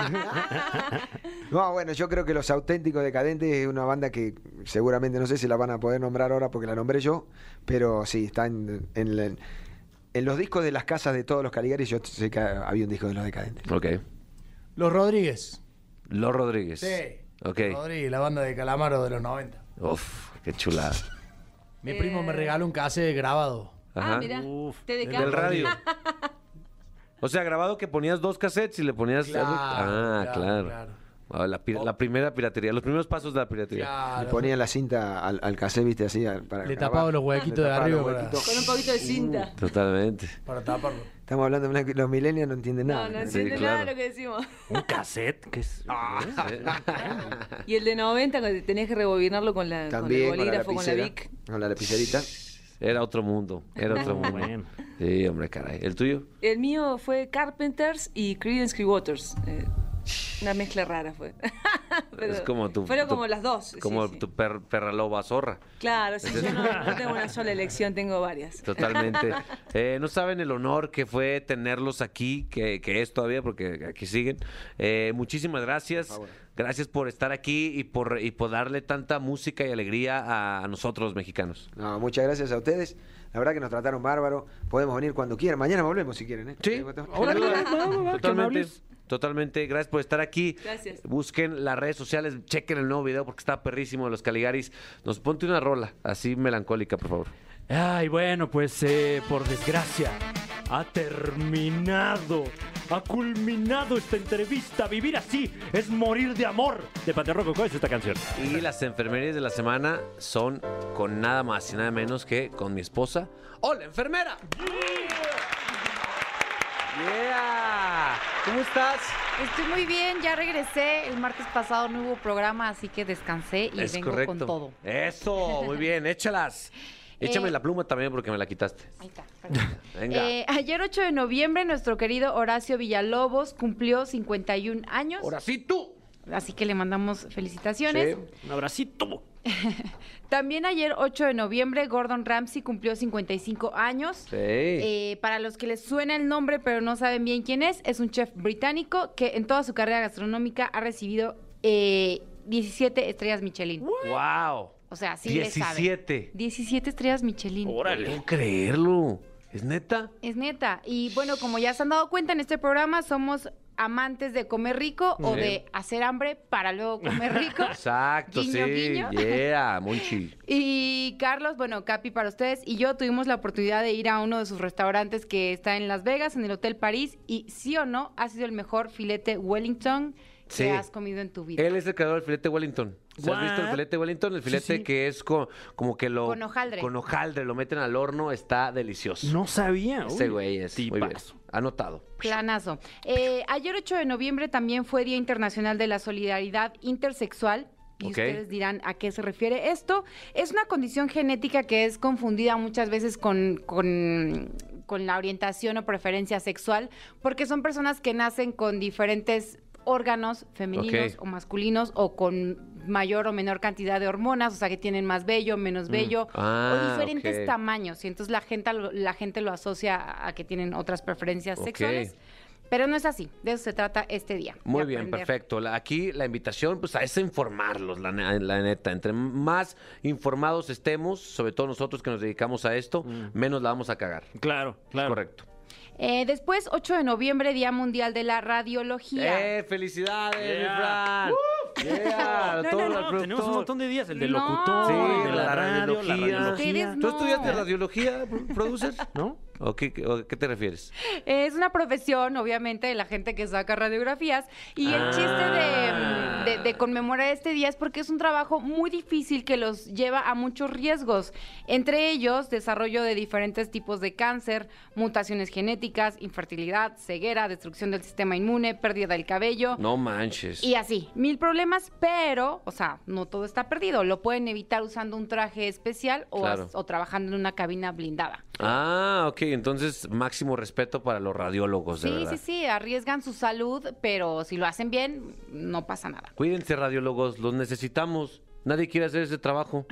No, bueno, yo creo que Los Auténticos Decadentes es una banda que seguramente no sé si la van a poder nombrar ahora porque la nombré yo, pero sí, está en los discos de las casas de todos los Caligaris. Yo sé que había un disco de Los Decadentes. Ok. Los Rodríguez. Los Rodríguez. Sí. Ok. Los Rodríguez, la banda de Calamaro de los 90. Uf, qué chulada. Mi primo me regaló un cassette grabado. Ajá. Mira, Uf, TDK. Del radio. O sea, grabado que ponías 2 cassettes y le ponías... claro. Ah, la primera piratería, los primeros pasos de la piratería. Le Claro. ponían la cinta al cassette, viste, así. Para Le grabar. tapaba los huequitos Le de tapaba arriba los para- huequitos. Con un poquito de cinta. Totalmente. para taparlo. Estamos hablando de los millennials, no entienden nada. No Sí, entiende claro. nada de lo que decimos. ¿Un cassette? ¿Qué es? Y el de 90, que tenías que rebobinarlo con También el bolígrafo, con la Vic. Con la lapicerita. Era otro mundo, era otro mundo. Bueno. Sí, hombre, caray. ¿El tuyo? El mío fue Carpenters y Creedence Clearwater. Una mezcla rara fue. Pero Es como tu... fueron tu- como las dos. Como sí. tu perra loba zorra. Claro, sí, yo no tengo una sola elección, tengo varias. Totalmente. No saben el honor que fue tenerlos aquí, que es todavía, porque aquí siguen. Muchísimas gracias. Gracias por estar aquí y por darle tanta música y alegría a nosotros los mexicanos. No, muchas gracias a ustedes. La verdad que nos trataron bárbaro. Podemos venir cuando quieran. Mañana volvemos si quieren, ¿eh? Sí. Totalmente. Totalmente. Gracias por estar aquí. Gracias. Busquen las redes sociales, chequen el nuevo video porque está perrísimo de los Caligaris. Nos ponte una rola, así melancólica, por favor. Ay, bueno, pues por desgracia, ha terminado, ha culminado esta entrevista. Vivir así es morir de amor. De Panteón Rococó es esta canción. Y las enfermerías de la semana son con nada más y nada menos que con mi esposa. ¡Hola, enfermera! ¡Yeah! ¿Cómo estás? Estoy muy bien, ya regresé. El martes pasado no hubo programa, así que descansé y Es vengo correcto. con todo. Eso, muy bien, échalas. Échame la pluma también porque me la quitaste. Ahí está, perdón. Venga. Ayer 8 de noviembre nuestro querido Horacio Villalobos cumplió 51 años, Ahora sí tú. así que le mandamos felicitaciones. Un abracito. También ayer 8 de noviembre Gordon Ramsay cumplió 55 años. Sí. Para los que les suena el nombre pero no saben bien quién es un chef británico que en toda su carrera gastronómica ha recibido 17 estrellas Michelin. Wow. O sea, sí le sabe. 17. 17 estrellas Michelin. No puedo creerlo. ¿Es neta? Es neta. Y bueno, como ya se han dado cuenta, en este programa somos amantes de comer rico o de hacer hambre para luego comer rico. Exacto, Guiño, sí. guiño. Yeah, Monchi. Y Carlos, bueno, Capi para ustedes y yo tuvimos la oportunidad de ir a uno de sus restaurantes que está en Las Vegas, en el Hotel París, y sí o no, ha sido el mejor filete Wellington Sí. que has comido en tu vida. Él es el creador del filete Wellington. ¿Sí ¿Has visto el What? filete Wellington? El filete sí. que es como que lo... Con hojaldre. Con hojaldre, lo meten al horno, está delicioso. No sabía. Ese uy, güey es muy bien. tipazo. Anotado. Planazo. Ayer 8 de noviembre también fue Día Internacional de la Solidaridad Intersexual. Y Ok. ustedes dirán a qué se refiere esto. Es una condición genética que es confundida muchas veces con la orientación o preferencia sexual, porque son personas que nacen con diferentes órganos femeninos Ok. o masculinos o con mayor o menor cantidad de hormonas, o sea que tienen más vello, menos vello o diferentes ok. tamaños. Y entonces la gente lo asocia a que tienen otras preferencias Ok. sexuales. Pero no es así, de eso se trata este día. Muy de bien, aprender. perfecto. Aquí la invitación pues es a informarlos, la neta. Entre más informados estemos, sobre todo nosotros que nos dedicamos a esto, menos la vamos a cagar. Claro, claro. Correcto. Después, 8 de noviembre, Día Mundial de la Radiología. ¡Felicidades, mi Yeah. Fran! Yeah, No, todo no, el No, tenemos un productor. montón de días, el de No. locutor, Sí, el de la radio, la radiología. Ustedes ¿Tú no. estudiaste radiología, producer? ¿No? ¿O qué te refieres? Es una profesión, obviamente, de la gente que saca radiografías. Y el chiste de conmemorar este día es porque es un trabajo muy difícil que los lleva a muchos riesgos. Entre ellos, desarrollo de diferentes tipos de cáncer, mutaciones genéticas, infertilidad, ceguera, destrucción del sistema inmune, pérdida del cabello. No manches. Y así, 1000 problemas, pero, o sea, no todo está perdido. Lo pueden evitar usando un traje especial o, Claro. o trabajando en una cabina blindada. Ah, ok. Entonces, máximo respeto para los radiólogos, de Sí, verdad. sí, sí, arriesgan su salud, pero si lo hacen bien, no pasa nada. Cuídense, radiólogos, los necesitamos. Nadie quiere hacer ese trabajo.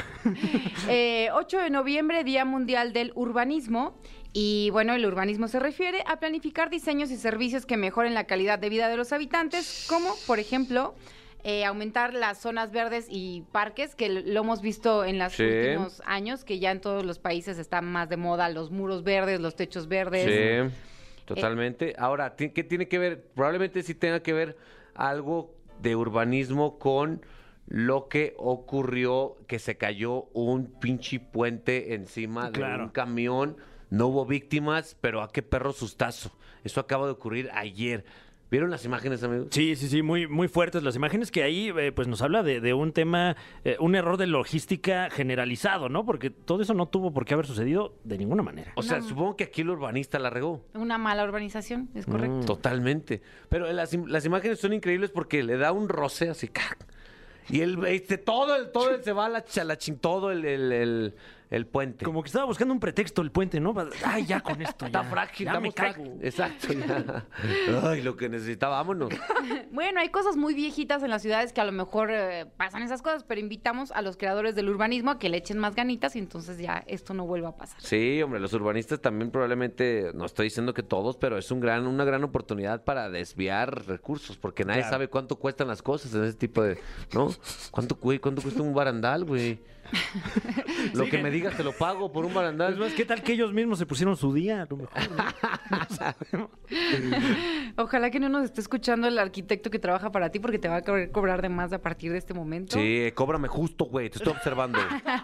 8 de noviembre, Día Mundial del Urbanismo. Y bueno, el urbanismo se refiere a planificar diseños y servicios que mejoren la calidad de vida de los habitantes, como, por ejemplo, aumentar las zonas verdes y parques, que lo hemos visto en los Sí. últimos años, que ya en todos los países están más de moda los muros verdes, los techos verdes. Sí, totalmente. Ahora, ¿qué tiene que ver? Probablemente sí tenga que ver algo de urbanismo con lo que ocurrió, que se cayó un pinche puente encima de Claro. un camión. No hubo víctimas, pero ¿a qué perro sustazo? Eso acaba de ocurrir ayer. ¿Vieron las imágenes, amigos? Sí, sí, sí, muy, muy fuertes las imágenes que ahí pues nos habla de un tema, un error de logística generalizado, ¿no? Porque todo eso no tuvo por qué haber sucedido de ninguna manera. O sea, supongo que aquí el urbanista la regó. Una mala urbanización, es correcto. Totalmente. Pero las imágenes son increíbles porque le da un roce así, ¡cac! Y todo se va a todo el puente. Como que estaba buscando un pretexto el puente, ¿no? Ay, ya con esto, ya. Está frágil, ya me estamos caigo. Exacto, ya. Ay, lo que necesitaba, vámonos. Bueno, hay cosas muy viejitas en las ciudades que a lo mejor pasan esas cosas, pero invitamos a los creadores del urbanismo a que le echen más ganitas y entonces ya esto no vuelva a pasar. Sí, hombre, los urbanistas también probablemente, no estoy diciendo que todos, pero es una gran oportunidad para desviar recursos, porque nadie Claro. sabe cuánto cuestan las cosas en ese tipo de, ¿no? ¿Cuánto cuesta un barandal, güey? Lo Sí, que que- me digas te lo pago por un barandal. Es más, ¿qué tal que ellos mismos se pusieron su día? A lo mejor, ¿no? Ojalá que no nos esté escuchando el arquitecto que trabaja para ti porque te va a querer cobrar de más a partir de este momento. Sí, cóbrame justo, güey, te estoy observando.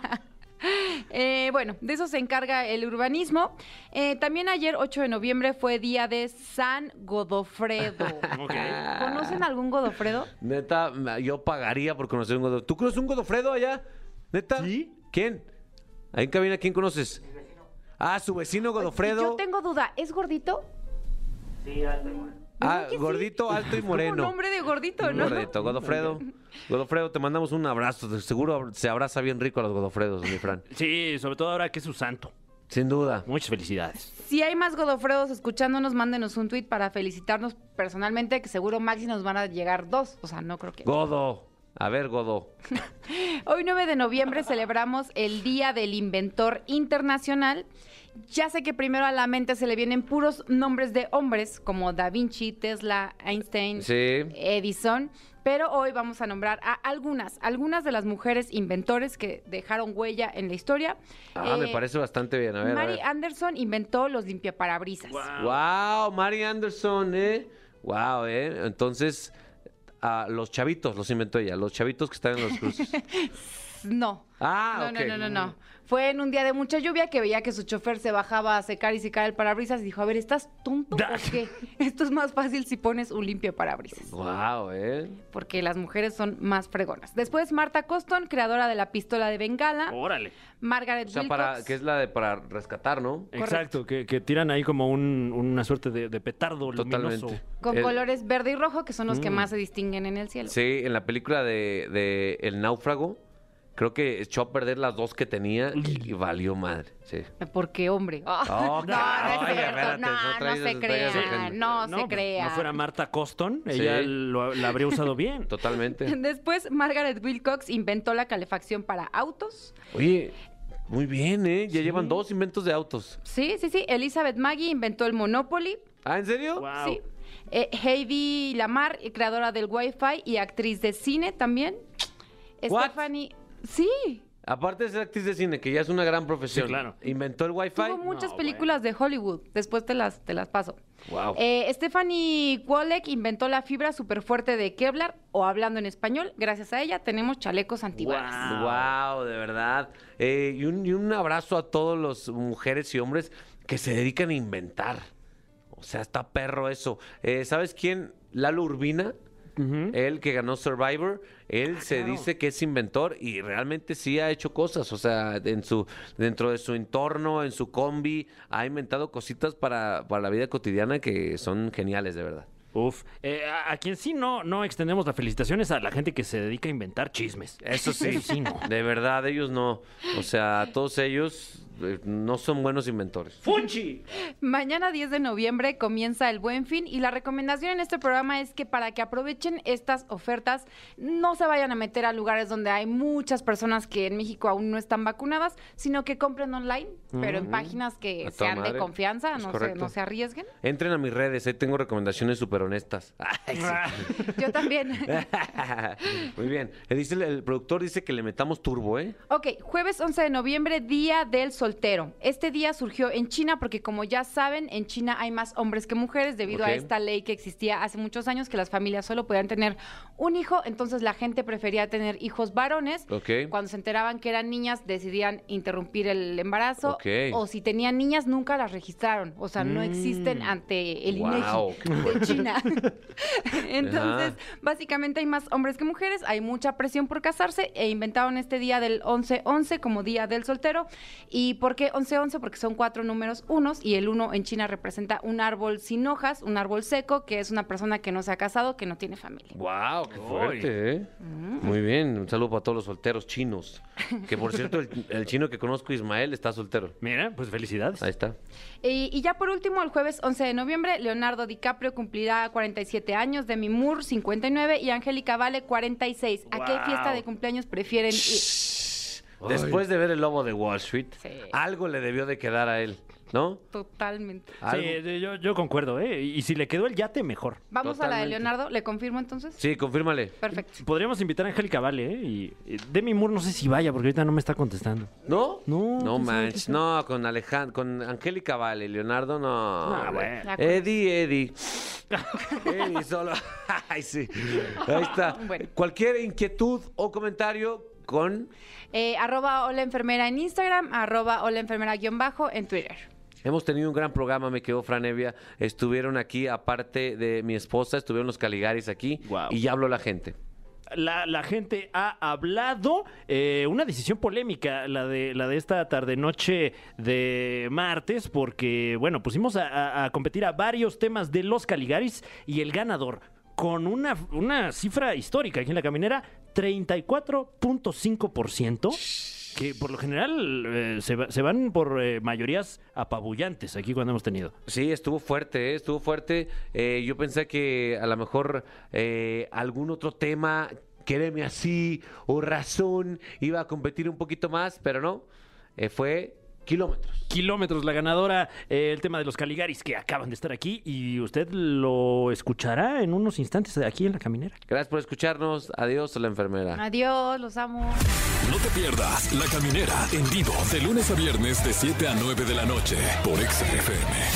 Bueno, de eso se encarga el urbanismo. También ayer, 8 de noviembre, fue día de San Godofredo. Ok. ¿Conocen algún Godofredo? Neta, yo pagaría por conocer un Godofredo. ¿Tú conoces un Godofredo allá? ¿Neta? ¿Sí? ¿Quién? Ahí en cabina, ¿quién conoces? Ah, su vecino Godofredo. Yo tengo duda, ¿es gordito? Ah, ¿Verdad que sí? gordito, alto y Como moreno. nombre de gordito, ¿no? Gordito, Godofredo. Godofredo, te mandamos un abrazo. De seguro se abraza bien rico a los Godofredos, mi Fran. Sí, sobre todo ahora que es su santo. Sin duda. Muchas felicidades. Si hay más Godofredos escuchándonos, mándenos un tweet para felicitarnos personalmente, que seguro Maxi nos van a llegar 2. O sea, no creo que... Godo. A ver, Godo. Hoy 9 de noviembre celebramos el Día del Inventor Internacional. Ya sé que primero a la mente se le vienen puros nombres de hombres como Da Vinci, Tesla, Einstein, Sí. Edison, pero hoy vamos a nombrar a algunas de las mujeres inventores que dejaron huella en la historia. Me parece bastante bien. A ver, Mary a ver. Anderson inventó los limpiaparabrisas. Wow, Mary Anderson, ¿eh? Wow, Entonces, los chavitos los inventó ella, los chavitos que están en los cruces. No. Ok. No. Fue en un día de mucha lluvia que veía que su chofer se bajaba a secar y secar el parabrisas y dijo, a ver, ¿estás tonto o qué? Esto es más fácil si pones un limpio parabrisas. Wow, Porque las mujeres son más fregonas. Después, Marta Coston, creadora de la pistola de Bengala. Órale. Margaret O sea, Wilcox. que es la de para rescatar, ¿no? Exacto, que tiran ahí como una suerte de petardo luminoso. Totalmente. Con colores verde y rojo, que son los que más se distinguen en el cielo. Sí, en la película de El Náufrago, creo que echó a perder las dos que tenía y valió madre. Sí. Porque, hombre. No, no es cierto. No se crean. No se crean. No fuera Marta Coston, ella la habría usado bien. Totalmente. Después, Margaret Wilcox inventó la calefacción para autos. Oye, muy bien, Ya llevan 2 inventos de autos. Sí. Elizabeth Maggie inventó el Monopoly. ¿Ah, en serio? Wow. Sí. Heidi Lamar, creadora del Wi-Fi y actriz de cine también. What? Stephanie... Sí. Aparte de ser actriz de cine, que ya es una gran profesión. Sí, claro. Inventó el Wi-Fi. Tuvo muchas películas de Hollywood. Después te las paso. Wow. Stephanie Kwolek inventó la fibra superfuerte de Kevlar, o hablando en español, gracias a ella tenemos chalecos antibalas. Wow, de verdad. Y un abrazo a todas las mujeres y hombres que se dedican a inventar. O sea, está perro eso. ¿Sabes quién? Lalo Urbina. Él que ganó Survivor, él se dice que es inventor y realmente sí ha hecho cosas, o sea, dentro de su entorno, en su combi, ha inventado cositas para la vida cotidiana que son geniales, de verdad. Uf, a quien sí no extendemos las felicitaciones a la gente que se dedica a inventar chismes. Eso sí, sí, no. De verdad, ellos no. O sea, todos ellos no son buenos inventores. ¡Funchi! Mañana 10 de noviembre comienza el Buen Fin y la recomendación en este programa es que para que aprovechen estas ofertas no se vayan a meter a lugares donde hay muchas personas que en México aún no están vacunadas, sino que compren online, pero en páginas que sean de confianza, no se arriesguen. Entren a mis redes, ahí tengo recomendaciones súper honestas. Ay, sí. Yo también. Muy bien. El productor dice que le metamos turbo, Ok, jueves 11 de noviembre, Día del Soltero. Este día surgió en China porque, como ya saben, en China hay más hombres que mujeres debido a esta ley que existía hace muchos años, que las familias solo podían tener un hijo, entonces la gente prefería tener hijos varones. Cuando se enteraban que eran niñas, decidían interrumpir el embarazo, o si tenían niñas, nunca las registraron, o sea, no existen ante el INEGI de China. Entonces, básicamente hay más hombres que mujeres, hay mucha presión por casarse e inventaron este día del 11-11 como Día del Soltero. ¿Y por qué 11-11? Porque son 4 números unos y el 1 en China representa un árbol sin hojas, un árbol seco, que es una persona que no se ha casado, que no tiene familia. ¡Wow! ¡Qué fuerte! Muy bien, un saludo para todos los solteros chinos. Que por cierto, el chino que conozco, Ismael, está soltero. Mira, pues felicidades. Ahí está. Y ya por último, el jueves 11 de noviembre, Leonardo DiCaprio cumplirá 47 años, Demi Moore 59 y Angélica Vale 46. ¿A qué fiesta de cumpleaños prefieren ir? Después de ver El Lobo de Wall Street, algo le debió de quedar a él, ¿no? Totalmente. Sí, yo concuerdo, Y si le quedó el yate, mejor. Vamos a la de Leonardo, ¿le confirmo entonces? Sí, confírmale. Perfecto. Podríamos invitar a Angélica Vale, Y Demi Moore no sé si vaya, porque ahorita no me está contestando. ¿No? No manches. No, con Angélica Vale, Leonardo, no. Bueno. Eddie. Eddie solo. Ay, sí. Ahí está. Bueno. Cualquier inquietud o comentario con... @Hola Enfermera en Instagram, @Hola Enfermera _ en Twitter. Hemos tenido un gran programa, me quedó Fran Evia. Estuvieron aquí, aparte de mi esposa, estuvieron los Caligaris aquí. Wow. Y ya habló la gente. La gente ha hablado, una decisión polémica, la de esta tarde-noche de martes, porque, bueno, pusimos a competir a varios temas de los Caligaris y el ganador, con una cifra histórica aquí en La Caminera, 34.5%, que por lo general se van por mayorías apabullantes aquí cuando hemos tenido. Sí, estuvo fuerte, estuvo fuerte. Yo pensé que a lo mejor algún otro tema, Quéreme Así o Razón, iba a competir un poquito más, pero no, fue... Kilómetros, la ganadora, el tema de los Caligaris que acaban de estar aquí y usted lo escuchará en unos instantes aquí en La Caminera. Gracias por escucharnos. Adiós, La Enfermera. Adiós, los amo. No te pierdas La Caminera en vivo de lunes a viernes de 7 a 9 de la noche por XFM.